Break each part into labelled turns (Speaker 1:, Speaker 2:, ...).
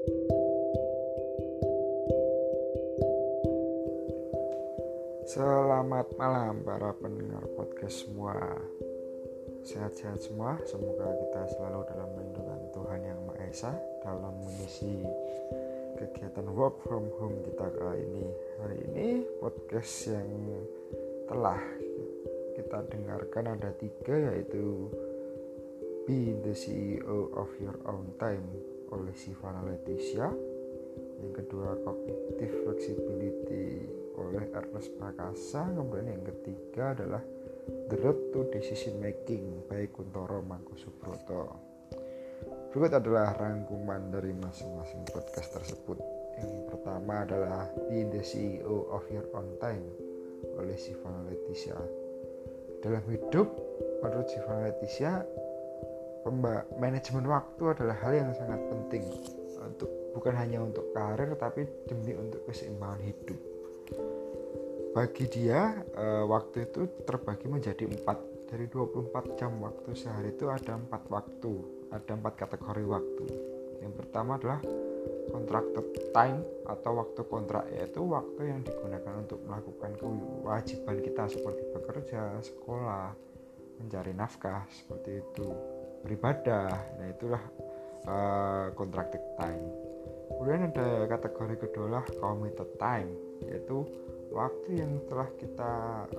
Speaker 1: Selamat malam para pendengar podcast semua. Sehat-sehat semua. Semoga kita selalu dalam lindungan Tuhan Yang Maha Esa dalam mengisi kegiatan work from home kita kali ini. Hari ini podcast yang telah kita dengarkan ada 3, yaitu Be the CEO of Your Own Time oleh Sivana Leticia. Yang kedua, Cognitive Flexibility oleh Ernest Prakasa. Kemudian yang ketiga adalah The Road to Decision Making by Kuntoro Mangkusubroto. Berikut adalah rangkuman dari masing-masing podcast tersebut. Yang pertama adalah Be the CEO of Your Own Time oleh Sivana Leticia. Dalam hidup, menurut Sivana Leticia, manajemen waktu adalah hal yang sangat penting bukan hanya untuk karir, tapi demi untuk keseimbangan hidup. Bagi dia, waktu itu terbagi menjadi 4. Dari 24 jam waktu sehari itu ada 4 waktu, ada 4 kategori waktu. Yang pertama adalah contracted time atau waktu kontrak, yaitu waktu yang digunakan untuk melakukan kewajiban kita seperti bekerja, sekolah, mencari nafkah, seperti itu, beribadah. Nah, itulah contracted time. Kemudian ada kategori kedua lah committed time, yaitu waktu yang telah kita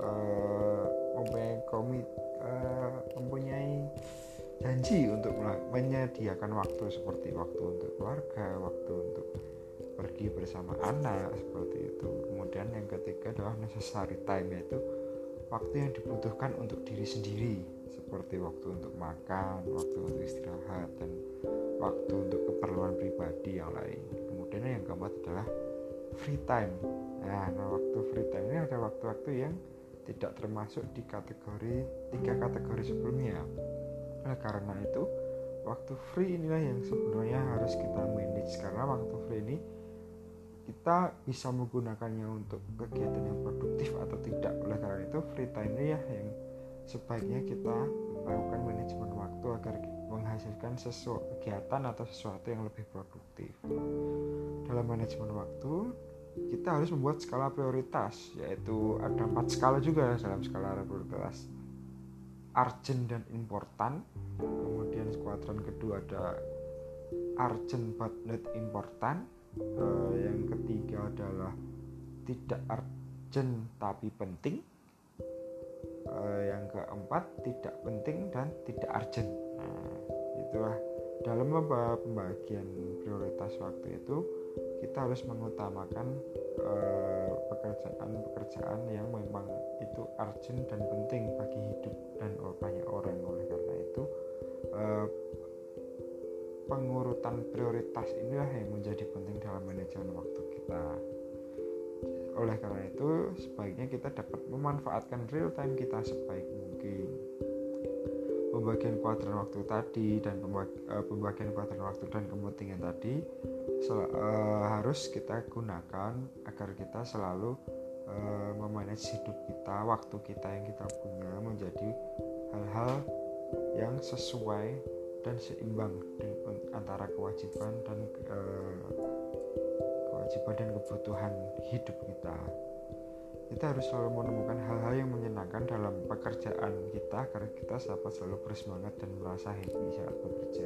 Speaker 1: mempunyai janji untuk menyediakan waktu, seperti waktu untuk keluarga, waktu untuk pergi bersama anak, seperti itu. Kemudian yang ketiga adalah necessary time, yaitu waktu yang dibutuhkan untuk diri sendiri, seperti waktu untuk makan, waktu untuk istirahat, dan waktu untuk keperluan pribadi yang lain. Kemudian yang keempat adalah free time. Nah, waktu free time ini ada waktu-waktu yang tidak termasuk di kategori 3 kategori sebelumnya. Nah, karena itu waktu free inilah yang sebenarnya harus kita manage, karena waktu free ini kita bisa menggunakannya untuk kegiatan yang produktif atau tidak. Oleh karena itu free time ini ya yang sebaiknya kita lakukan manajemen waktu agar menghasilkan sesuatu kegiatan atau sesuatu yang lebih produktif. Dalam manajemen waktu kita harus membuat skala prioritas, yaitu ada 4 skala juga dalam skala prioritas: urgent dan important. Kemudian kuadran kedua ada urgent but not important. Yang ketiga adalah tidak urgent tapi penting. Yang keempat tidak penting dan tidak urgent. Nah, itulah dalam pembagian prioritas waktu itu kita harus mengutamakan pekerjaan yang memang itu urgent dan penting bagi hidup dan banyak orang. Oleh karena itu pengurutan prioritas inilah yang menjadi penting dalam manajemen waktu kita. Oleh karena itu sebaiknya kita dapat memanfaatkan real time kita sebaik mungkin. Pembagian kuadran waktu tadi dan pembagian kuadran waktu dan kepentingan tadi harus kita gunakan agar kita selalu memanage hidup kita, waktu kita yang kita punya menjadi hal-hal yang sesuai dan seimbang dengan antara kewajiban dan kebutuhan hidup kita. Kita harus selalu menemukan hal-hal yang menyenangkan dalam pekerjaan kita agar kita dapat selalu bersemangat dan merasa happy saat bekerja.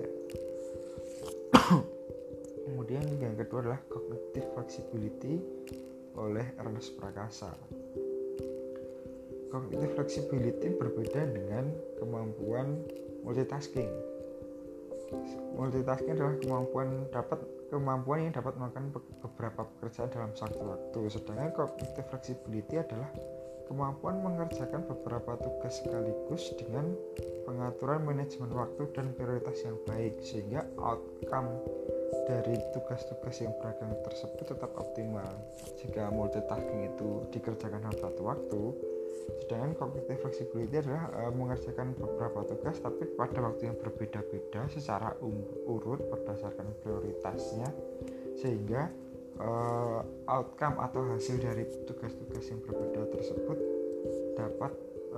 Speaker 1: Kemudian yang kedua adalah Cognitive Flexibility oleh Ernest Prakasa. Cognitive Flexibility berbeda dengan kemampuan multitasking. Multitasking adalah kemampuan yang dapat melakukan beberapa pekerjaan dalam satu waktu. Sedangkan Cognitive Flexibility adalah kemampuan mengerjakan beberapa tugas sekaligus dengan pengaturan manajemen waktu dan prioritas yang baik, sehingga outcome dari tugas-tugas yang beragam tersebut tetap optimal jika multitasking itu dikerjakan dalam satu waktu. Sedangkan Cognitive Flexibility adalah mengerjakan beberapa tugas tapi pada waktu yang berbeda-beda secara urut berdasarkan prioritasnya, sehingga outcome atau hasil dari tugas-tugas yang berbeda tersebut dapat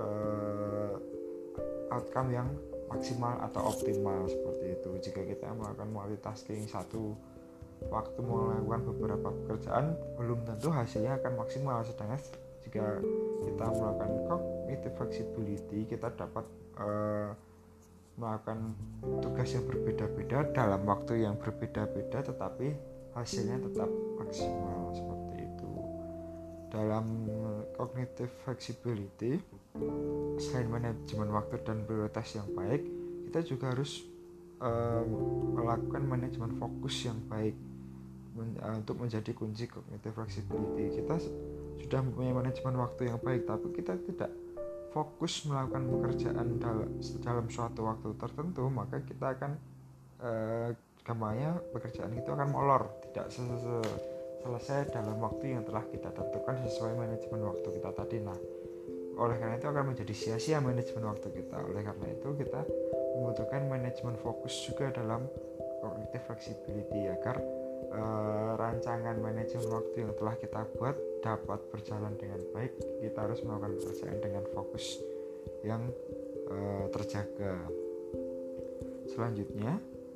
Speaker 1: outcome yang maksimal atau optimal, seperti itu. Jika kita melakukan multitasking satu waktu melakukan beberapa pekerjaan belum tentu hasilnya akan maksimal. Sedangkan jika kita melakukan cognitive flexibility, kita dapat melakukan tugas yang berbeda-beda dalam waktu yang berbeda-beda, tetapi hasilnya tetap maksimal. Seperti itu. Dalam cognitive flexibility, selain manajemen waktu dan prioritas yang baik, kita juga harus melakukan manajemen fokus yang baik untuk menjadi kunci cognitive flexibility. Kita sudah mempunyai manajemen waktu yang baik, tapi kita tidak fokus melakukan pekerjaan dalam suatu waktu tertentu, maka kita akan gampangnya pekerjaan itu akan molor, tidak selesai dalam waktu yang telah kita tentukan sesuai manajemen waktu kita tadi. Nah, oleh karena itu akan menjadi sia-sia manajemen waktu kita. Oleh karena itu kita membutuhkan manajemen fokus juga dalam cognitive flexibility agar rancangan manajemen waktu yang telah kita buat dapat berjalan dengan baik. Kita harus melakukan pekerjaan dengan fokus yang terjaga. Selanjutnya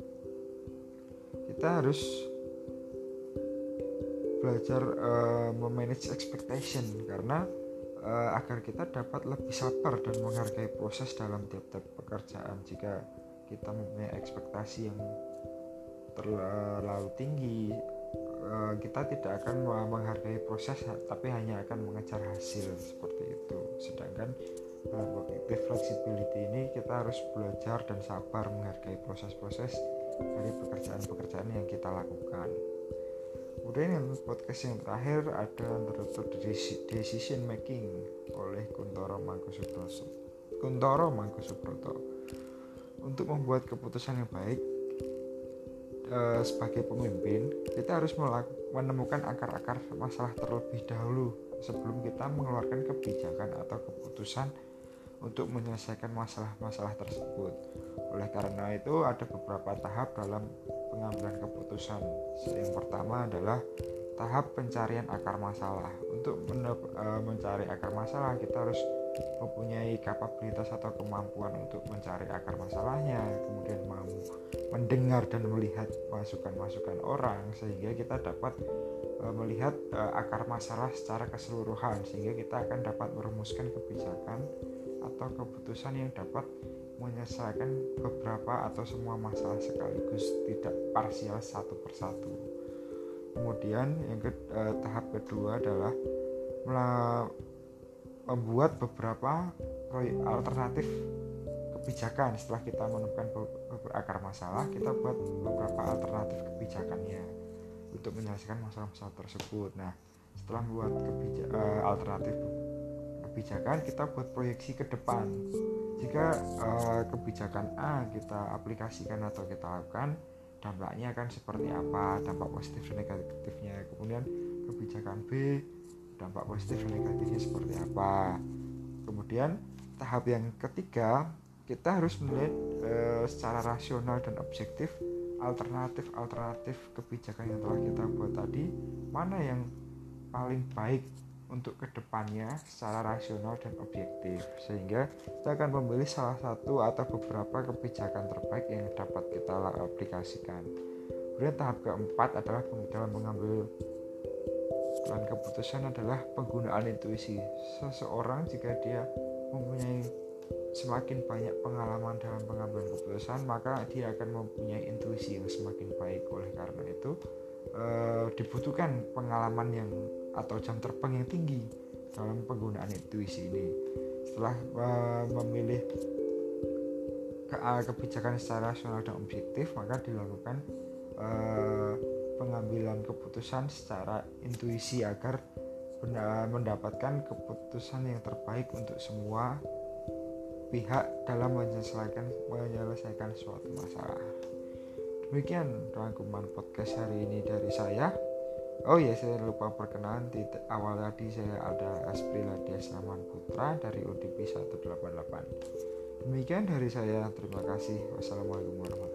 Speaker 1: kita harus belajar memanage expectation, karena agar kita dapat lebih sabar dan menghargai proses dalam tiap-tiap pekerjaan. Jika kita mempunyai ekspektasi yang terlalu tinggi, kita tidak akan menghargai proses, tapi hanya akan mengejar hasil, seperti itu. Sedangkan dalam cognitive flexibility ini kita harus belajar dan sabar menghargai proses-proses dari pekerjaan-pekerjaan yang kita lakukan. Kemudian yang podcast yang terakhir ada entitled Decision Making oleh Kuntoro Mangkusubroto. Untuk membuat keputusan yang baik sebagai pemimpin, kita harus menemukan akar-akar masalah terlebih dahulu sebelum kita mengeluarkan kebijakan atau keputusan untuk menyelesaikan masalah-masalah tersebut. Oleh karena itu ada beberapa tahap dalam pengambilan keputusan. Yang pertama adalah tahap pencarian akar masalah. Untuk mencari akar masalah, kita harus mempunyai kapabilitas atau kemampuan untuk mencari akar masalahnya, kemudian mau mendengar dan melihat masukan-masukan orang sehingga kita dapat melihat akar masalah secara keseluruhan, sehingga kita akan dapat merumuskan kebijakan atau keputusan yang dapat menyelesaikan beberapa atau semua masalah sekaligus, tidak parsial satu persatu. Kemudian yang tahap kedua adalah membuat beberapa alternatif kebijakan. Setelah kita menemukan akar masalah, kita buat beberapa alternatif kebijakannya untuk menyelesaikan masalah-masalah tersebut. Nah, setelah membuat alternatif kebijakan, kita buat proyeksi ke depan. Jika kebijakan A kita aplikasikan atau kita lakukan, dampaknya akan seperti apa, dampak positif dan negatifnya. Kemudian kebijakan B, dampak positif dan negatifnya seperti apa. Kemudian tahap yang ketiga, kita harus melihat secara rasional dan objektif alternatif kebijakan yang telah kita buat tadi, mana yang paling baik untuk kedepannya secara rasional dan objektif, sehingga kita akan memilih salah satu atau beberapa kebijakan terbaik yang dapat kita aplikasikan. Kemudian tahap keempat adalah dalam mengambil keputusan adalah penggunaan intuisi. Seseorang jika dia mempunyai semakin banyak pengalaman dalam pengambilan keputusan, maka dia akan mempunyai intuisi yang semakin baik. Oleh karena itu dibutuhkan pengalaman yang atau jam terbang yang tinggi dalam penggunaan intuisi ini. Setelah memilih kebijakan secara rasional dan objektif, maka dilakukan pengambilan keputusan secara intuisi agar mendapatkan keputusan yang terbaik untuk semua pihak dalam menyelesaikan suatu masalah. Demikian rangkuman podcast hari ini dari saya. Oh ya, saya lupa perkenalan. Di awal tadi saya ada Asprila Diasnaman Putra dari UDP 188. Demikian dari saya. Terima kasih. Wassalamualaikum warahmatullahi wabarakatuh.